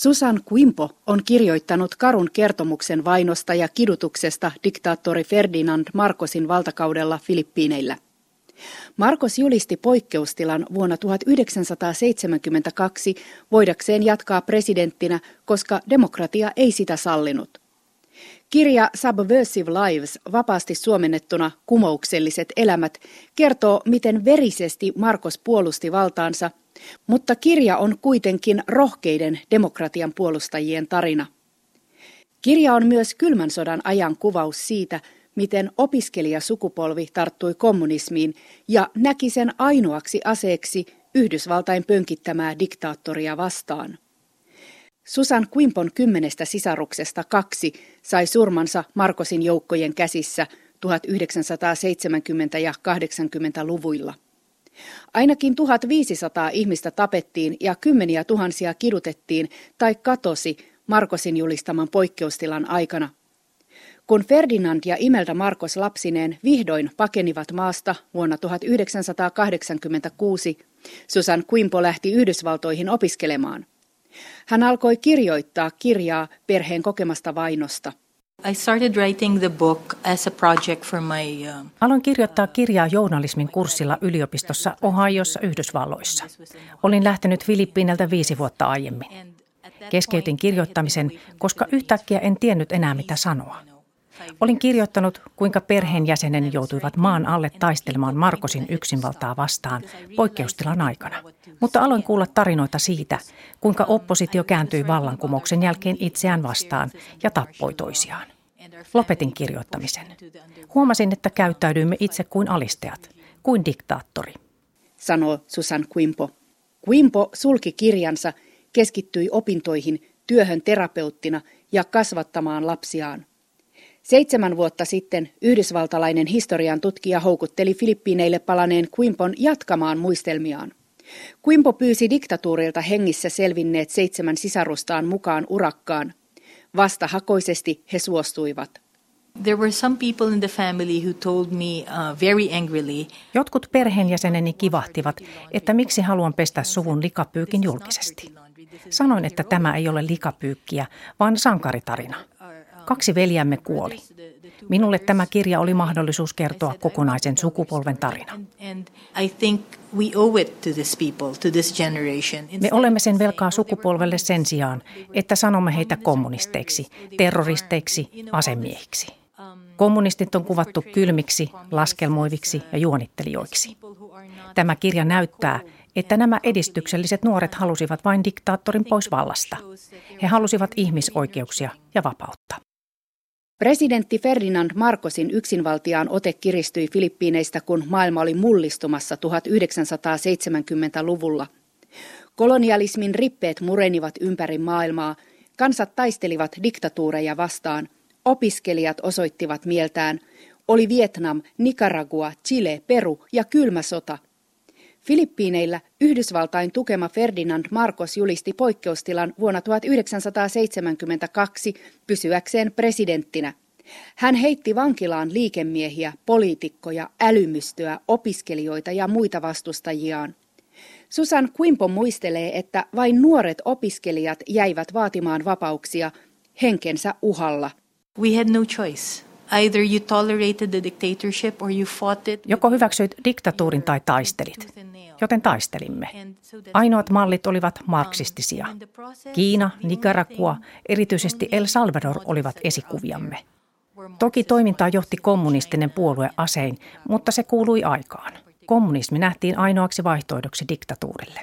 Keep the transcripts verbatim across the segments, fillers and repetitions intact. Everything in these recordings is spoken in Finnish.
Susan Quimpo on kirjoittanut karun kertomuksen vainosta ja kidutuksesta diktaattori Ferdinand Marcosin valtakaudella Filippiineillä. Marcos julisti poikkeustilan vuonna tuhatyhdeksänsataaseitsemänkymmentäkaksi voidakseen jatkaa presidenttinä, koska demokratia ei sitä sallinut. Kirja Subversive Lives, vapaasti suomennettuna Kumoukselliset elämät, kertoo, miten verisesti Marcos puolusti valtaansa, mutta kirja on kuitenkin rohkeiden demokratian puolustajien tarina. Kirja on myös kylmän sodan ajan kuvaus siitä, miten opiskelijasukupolvi tarttui kommunismiin ja näki sen ainoaksi aseeksi Yhdysvaltain pönkittämää diktaattoria vastaan. Susan Quimpon kymmenestä sisaruksesta kaksi sai surmansa Marcosin joukkojen käsissä tuhatyhdeksänsataaseitsemänkymmentä- ja kahdeksankymmentäluvuilla. Ainakin tuhatviisisataa ihmistä tapettiin ja kymmeniä tuhansia kidutettiin tai katosi Marcosin julistaman poikkeustilan aikana. Kun Ferdinand ja Imelda Marcos lapsineen vihdoin pakenivat maasta vuonna tuhatyhdeksänsataakahdeksankymmentäkuusi, Susan Quimpo lähti Yhdysvaltoihin opiskelemaan. Hän alkoi kirjoittaa kirjaa perheen kokemasta vainosta. I started writing the book as a project for my, uh, Aloin kirjoittaa kirjaa journalismin kurssilla yliopistossa Ohiossa, Yhdysvalloissa. Olin lähtenyt Filippiineiltä viisi vuotta aiemmin. Keskeytin kirjoittamisen, koska yhtäkkiä en tiennyt enää mitä sanoa. Olin kirjoittanut, kuinka perheenjäseneni joutuivat maan alle taistelemaan Marcosin yksinvaltaa vastaan poikkeustilan aikana. Mutta aloin kuulla tarinoita siitä, kuinka oppositio kääntyi vallankumouksen jälkeen itseään vastaan ja tappoi toisiaan. Lopetin kirjoittamisen. Huomasin, että käyttäydyimme itse kuin alistajat, kuin diktaattori, sanoo Susan Quimpo. Quimpo sulki kirjansa, keskittyi opintoihin, työhön terapeuttina ja kasvattamaan lapsiaan. Seitsemän vuotta sitten yhdysvaltalainen historian tutkija houkutteli Filippiineille palaneen Quimpon jatkamaan muistelmiaan. Quimpo pyysi diktatuurilta hengissä selvinneet seitsemän sisarustaan mukaan urakkaan. Vastahakoisesti he suostuivat. There were some people in the family who told me uh, very angrily. Jotkut perheenjäseneni kivahtivat, että miksi haluan pestä suvun likapyykin julkisesti. Sanoin, että tämä ei ole likapyykkiä, vaan sankaritarina. Kaksi veljämme kuoli. Minulle tämä kirja oli mahdollisuus kertoa kokonaisen sukupolven tarina. Me olemme sen velkaa sukupolvelle sen sijaan, että sanomme heitä kommunisteiksi, terroristeiksi, asemiehiksi. Kommunistit on kuvattu kylmiksi, laskelmoiviksi ja juonittelijoiksi. Tämä kirja näyttää, että nämä edistykselliset nuoret halusivat vain diktaattorin pois vallasta. He halusivat ihmisoikeuksia ja vapautta. Presidentti Ferdinand Marcosin yksinvaltiaan ote kiristyi Filippiineistä, kun maailma oli mullistumassa tuhatyhdeksänsataaseitsemänkymmentäluvulla. Kolonialismin rippeet murenivat ympäri maailmaa, kansat taistelivat diktatuureja vastaan, opiskelijat osoittivat mieltään, oli Vietnam, Nicaragua, Chile, Peru ja kylmä sota. Filippiineillä Yhdysvaltain tukema Ferdinand Marcos julisti poikkeustilan vuonna tuhatyhdeksänsataaseitsemänkymmentäkaksi pysyäkseen presidenttinä. Hän heitti vankilaan liikemiehiä, poliitikkoja, älymystöä, opiskelijoita ja muita vastustajiaan. Susan Quimpo muistelee, että vain nuoret opiskelijat jäivät vaatimaan vapauksia henkensä uhalla. We had no choice. Either you tolerated the dictatorship or you fought it. Joko hyväksyit diktatuurin tai taistelit, joten taistelimme. Ainoat mallit olivat marksistisia. Kiina, Nicaragua, erityisesti El Salvador olivat esikuviamme. Toki toimintaa johti kommunistinen puolue asein, mutta se kuului aikaan. Kommunismi nähtiin ainoaksi vaihtoehdoksi diktatuurille.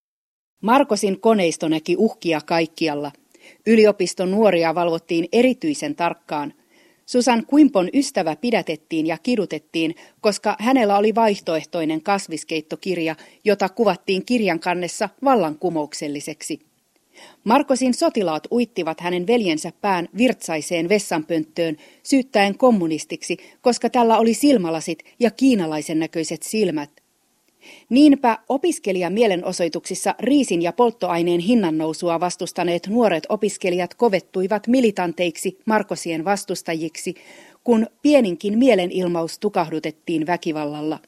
Marcosin koneisto näki uhkia kaikkialla. Yliopiston nuoria valvottiin erityisen tarkkaan. Susan Quimpon ystävä pidätettiin ja kidutettiin, koska hänellä oli vaihtoehtoinen kasviskeittokirja, jota kuvattiin kirjan kannessa vallankumoukselliseksi. Marcosin sotilaat uittivat hänen veljensä pään virtsaiseen vessanpönttöön syyttäen kommunistiksi, koska tällä oli silmälasit ja kiinalaisen näköiset silmät. Niinpä opiskelijamielenosoituksissa riisin ja polttoaineen hinnannousua vastustaneet nuoret opiskelijat kovettuivat militanteiksi Marcosien vastustajiksi, kun pieninkin mielenilmaus tukahdutettiin väkivallalla.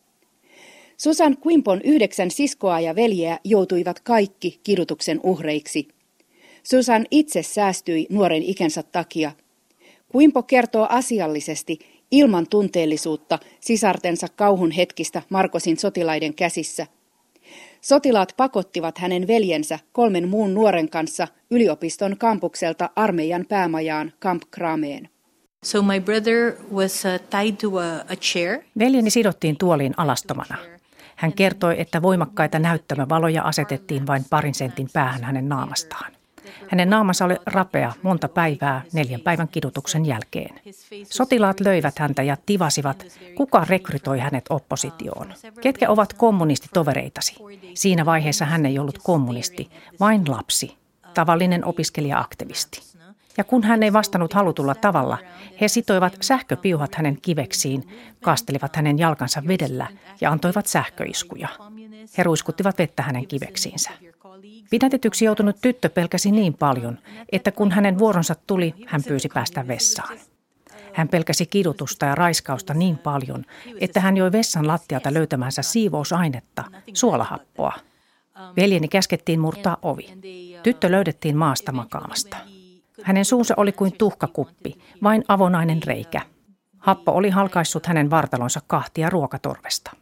Susan Quimpon yhdeksän siskoa ja veljeä joutuivat kaikki kidutuksen uhreiksi. Susan itse säästyi nuoren ikänsä takia. Quimpo kertoo asiallisesti, ilman tunteellisuutta, sisartensa kauhun hetkistä Marcosin sotilaiden käsissä. Sotilaat pakottivat hänen veljensä kolmen muun nuoren kanssa yliopiston kampukselta armeijan päämajaan Camp Crameen. So my brother was uh, tied to a, a chair. Veljeni sidottiin tuoliin alastomana. Hän kertoi, että voimakkaita näyttämövaloja asetettiin vain parin sentin päähän hänen naamastaan. Hänen naamansa oli rapea monta päivää neljän päivän kidutuksen jälkeen. Sotilaat löivät häntä ja tivasivat, kuka rekrytoi hänet oppositioon. Ketkä ovat kommunistitovereitasi? Siinä vaiheessa hän ei ollut kommunisti, vain lapsi, tavallinen opiskelija-aktivisti. Ja kun hän ei vastannut halutulla tavalla, he sitoivat sähköpiuhat hänen kiveksiin, kastelivat hänen jalkansa vedellä ja antoivat sähköiskuja. He ruiskuttivat vettä hänen kiveksiinsä. Pidätetyksi joutunut tyttö pelkäsi niin paljon, että kun hänen vuoronsa tuli, hän pyysi päästä vessaan. Hän pelkäsi kidutusta ja raiskausta niin paljon, että hän joi vessan lattialta löytämänsä siivousainetta, suolahappoa. Veljeni käskettiin murtaa ovi. Tyttö löydettiin maasta makaamasta. Hänen suunsa oli kuin tuhkakuppi, vain avonainen reikä. Happo oli halkaissut hänen vartalonsa kahtia ruokatorvesta.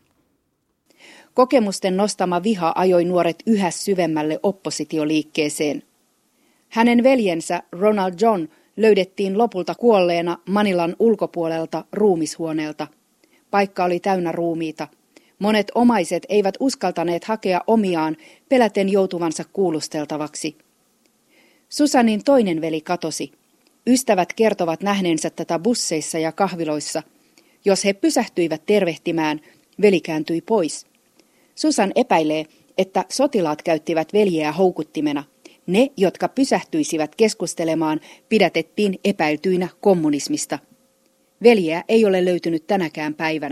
Kokemusten nostama viha ajoi nuoret yhä syvemmälle oppositioliikkeeseen. Hänen veljensä Ronald John löydettiin lopulta kuolleena Manilan ulkopuolelta ruumishuoneelta. Paikka oli täynnä ruumiita. Monet omaiset eivät uskaltaneet hakea omiaan peläten joutuvansa kuulusteltavaksi. Susanin toinen veli katosi. Ystävät kertovat nähneensä tätä busseissa ja kahviloissa. Jos he pysähtyivät tervehtimään, veli kääntyi pois. Susan epäilee, että sotilaat käyttivät veljeä houkuttimena. Ne, jotka pysähtyisivät keskustelemaan, pidätettiin epäiltyinä kommunismista. Veljeä ei ole löytynyt tänäkään päivänä.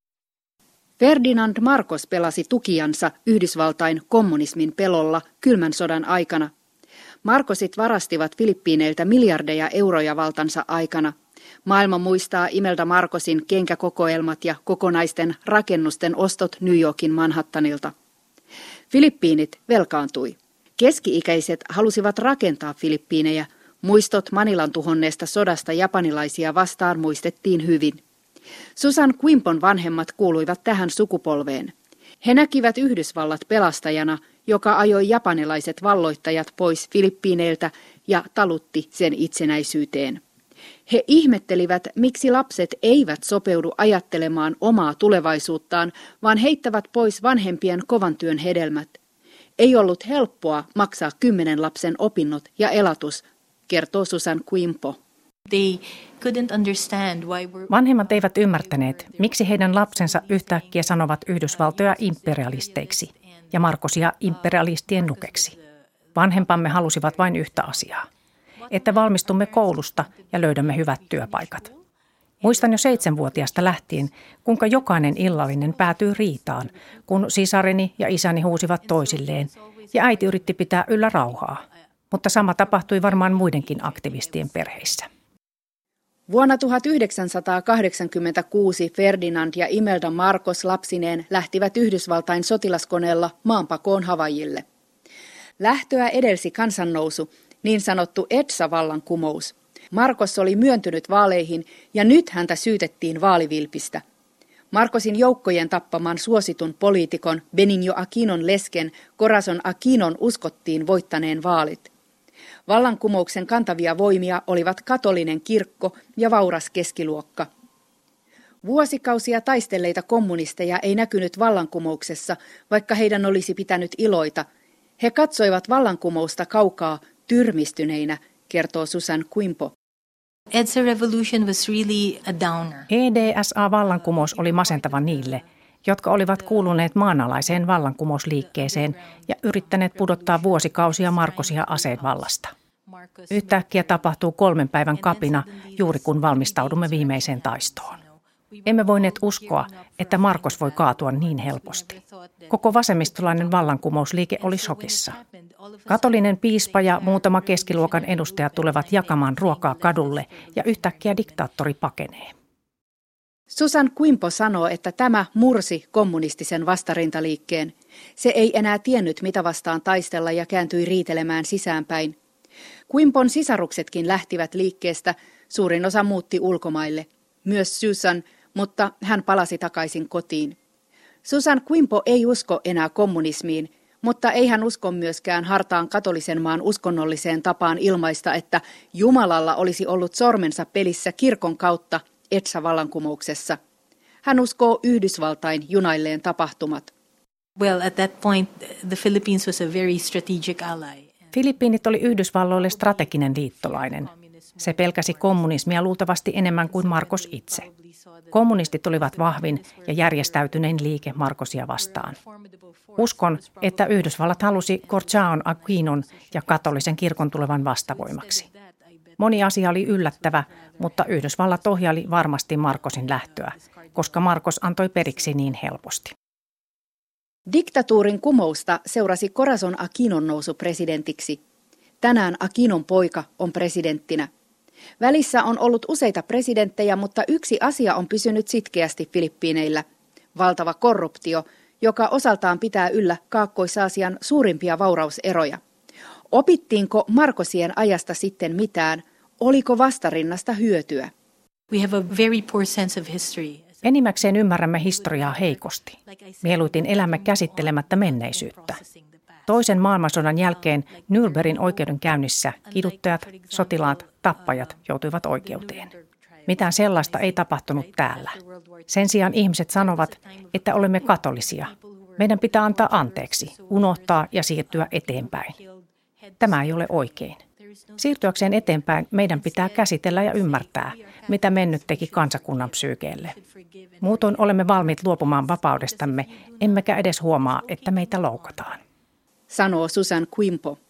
Ferdinand Marcos pelasi tukijansa Yhdysvaltain kommunismin pelolla kylmän sodan aikana. Marcosit varastivat Filippiineiltä miljardeja euroja valtansa aikana. Maailma muistaa Imelda Marcosin kenkäkokoelmat ja kokonaisten rakennusten ostot New Yorkin Manhattanilta. Filippiinit velkaantui. Keski-ikäiset halusivat rakentaa Filippiinejä. Muistot Manilan tuhonneesta sodasta japanilaisia vastaan muistettiin hyvin. Susan Quimpon vanhemmat kuuluivat tähän sukupolveen. He näkivät Yhdysvallat pelastajana, joka ajoi japanilaiset valloittajat pois Filippiineiltä ja talutti sen itsenäisyyteen. He ihmettelivät, miksi lapset eivät sopeudu ajattelemaan omaa tulevaisuuttaan, vaan heittävät pois vanhempien kovan työn hedelmät. Ei ollut helppoa maksaa kymmenen lapsen opinnot ja elatus, kertoo Susan Quimpo. Vanhemmat eivät ymmärtäneet, miksi heidän lapsensa yhtäkkiä sanovat Yhdysvaltoja imperialisteiksi ja Marcosia imperialistien nukeksi. Vanhempamme halusivat vain yhtä asiaa, että valmistumme koulusta ja löydämme hyvät työpaikat. Muistan jo seitsemänvuotiaasta lähtien, kuinka jokainen illallinen päätyi riitaan, kun sisareni ja isäni huusivat toisilleen ja äiti yritti pitää yllä rauhaa. Mutta sama tapahtui varmaan muidenkin aktivistien perheissä. Vuonna tuhatyhdeksänsataakahdeksankymmentäkuusi Ferdinand ja Imelda Marcos lapsineen lähtivät Yhdysvaltain sotilaskoneella maanpakoon Havaijille. Lähtöä edelsi kansannousu, niin sanottu E D S A-vallankumous. Marcos oli myöntynyt vaaleihin ja nyt häntä syytettiin vaalivilpistä. Marcosin joukkojen tappaman suositun poliitikon Benigno Aquinon lesken Corazon Aquinon uskottiin voittaneen vaalit. Vallankumouksen kantavia voimia olivat katolinen kirkko ja vauras keskiluokka. Vuosikausia taistelleita kommunisteja ei näkynyt vallankumouksessa, vaikka heidän olisi pitänyt iloita. He katsoivat vallankumousta kaukaa tyrmistyneinä, kertoo Susan Quimpo. E D S A revolution was really a downer. E D S A-vallankumous oli masentava niille, jotka olivat kuuluneet maanalaiseen vallankumousliikkeeseen ja yrittäneet pudottaa vuosikausia Marcosia aseen vallasta. Yhtäkkiä tapahtuu kolmen päivän kapina juuri kun valmistaudumme viimeiseen taistoon. Emme voineet uskoa, että Marcos voi kaatua niin helposti. Koko vasemmistolainen vallankumousliike oli shokissa. Katolinen piispa ja muutama keskiluokan edustaja tulevat jakamaan ruokaa kadulle ja yhtäkkiä diktaattori pakenee. Susan Quimpo sanoo, että tämä mursi kommunistisen vastarintaliikkeen. Se ei enää tiennyt, mitä vastaan taistella ja kääntyi riitelemään sisäänpäin. Quimpon sisaruksetkin lähtivät liikkeestä, suurin osa muutti ulkomaille. Myös Susan, mutta hän palasi takaisin kotiin. Susan Quimpo ei usko enää kommunismiin, mutta ei hän usko myöskään hartaan katolisen maan uskonnolliseen tapaan ilmaista, että Jumalalla olisi ollut sormensa pelissä kirkon kautta Etsa-vallankumouksessa. Hän uskoo Yhdysvaltain junailleen tapahtumat. Well, at that point, the Philippines was a very strategic ally. Filippiinit oli Yhdysvalloille strateginen liittolainen. Se pelkäsi kommunismia luultavasti enemmän kuin Marcos itse. Kommunistit olivat vahvin ja järjestäytynein liike Marcosia vastaan. Uskon, että Yhdysvallat halusi Corchaon Aquinon ja katolisen kirkon tulevan vastavoimaksi. Moni asia oli yllättävä, mutta Yhdysvallat ohjaili varmasti Marcosin lähtöä, koska Marcos antoi periksi niin helposti. Diktatuurin kumousta seurasi Corazon Aquinon nousu presidentiksi. Tänään Aquinon poika on presidenttinä. Välissä on ollut useita presidenttejä, mutta yksi asia on pysynyt sitkeästi Filippiineillä. Valtava korruptio, joka osaltaan pitää yllä Kaakkois-Aasian suurimpia vaurauseroja. Opittiinko Marcosien ajasta sitten mitään? Oliko vastarinnasta hyötyä? We have a very poor sense of history. Enimmäkseen ymmärrämme historiaa heikosti. Mieluiten elämme käsittelemättä menneisyyttä. Toisen maailmansodan jälkeen Nürnbergin oikeudenkäynnissä kiduttajat, sotilaat, tappajat joutuivat oikeuteen. Mitään sellaista ei tapahtunut täällä. Sen sijaan ihmiset sanovat, että olemme katolisia. Meidän pitää antaa anteeksi, unohtaa ja siirtyä eteenpäin. Tämä ei ole oikein. Siirtyäkseen eteenpäin meidän pitää käsitellä ja ymmärtää, mitä mennyt teki kansakunnan psyykeelle. Muutoin olemme valmiit luopumaan vapaudestamme, emmekä edes huomaa, että meitä loukataan. Sanoo Susan Quimpo.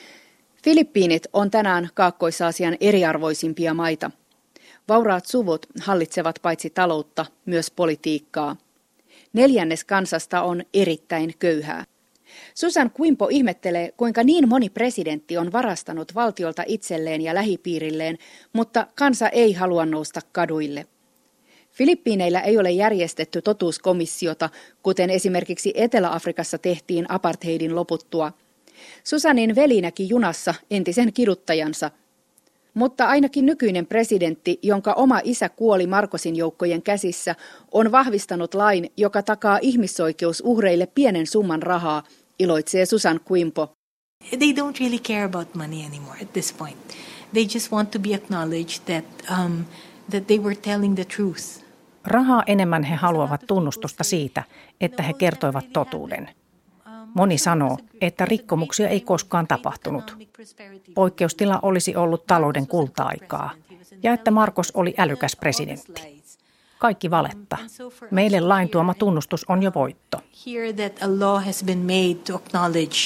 Filippiinit on tänään Kaakkois-Aasian eriarvoisimpia maita. Vauraat suvut hallitsevat paitsi taloutta, myös politiikkaa. Neljännes kansasta on erittäin köyhää. Susan Quimpo ihmettelee, kuinka niin moni presidentti on varastanut valtiolta itselleen ja lähipiirilleen, mutta kansa ei halua nousta kaduille. Filippiineillä ei ole järjestetty totuuskomissiota, kuten esimerkiksi Etelä-Afrikassa tehtiin apartheidin loputtua. Susanin veli näki junassa entisen kiduttajansa. Mutta ainakin nykyinen presidentti, jonka oma isä kuoli Marcosin joukkojen käsissä, on vahvistanut lain, joka takaa ihmisoikeusuhreille pienen summan rahaa, iloitsee Susan Quimpo. They don't really care about money anymore at this point. They just want to be acknowledged that, um, that they were telling the truth. Rahaa enemmän he haluavat tunnustusta siitä, että he kertoivat totuuden. Moni sanoo, että rikkomuksia ei koskaan tapahtunut. Poikkeustila olisi ollut talouden kulta-aikaa ja että Marcos oli älykäs presidentti. Kaikki valetta. Meille lain tuoma tunnustus on jo voitto. Here that a law has been made to acknowledge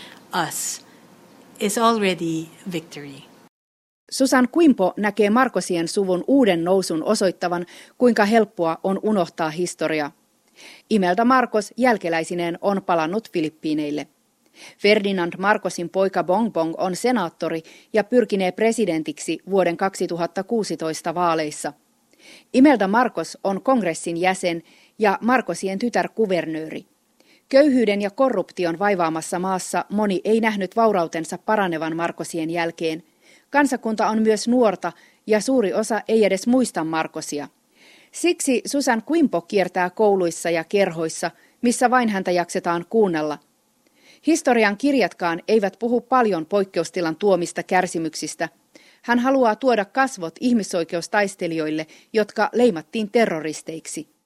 us is already victory. Susan Quimpo näkee Marcosien suvun uuden nousun osoittavan, kuinka helppoa on unohtaa historia. Imelda Marcos jälkeläisineen on palannut Filippiineille. Ferdinand Marcosin poika Bongbong on senaattori ja pyrkinee presidentiksi vuoden kaksituhattakuusitoista vaaleissa. Imelda Marcos on kongressin jäsen ja Marcosien tytär kuvernööri. Köyhyyden ja korruption vaivaamassa maassa moni ei nähnyt vaurautensa paranevan Marcosien jälkeen. Kansakunta on myös nuorta ja suuri osa ei edes muista Marcosia. Siksi Susan Quimpo kiertää kouluissa ja kerhoissa, missä vain häntä jaksetaan kuunnella. Historian kirjatkaan eivät puhu paljon poikkeustilan tuomista kärsimyksistä. Hän haluaa tuoda kasvot ihmisoikeustaistelijoille, jotka leimattiin terroristeiksi.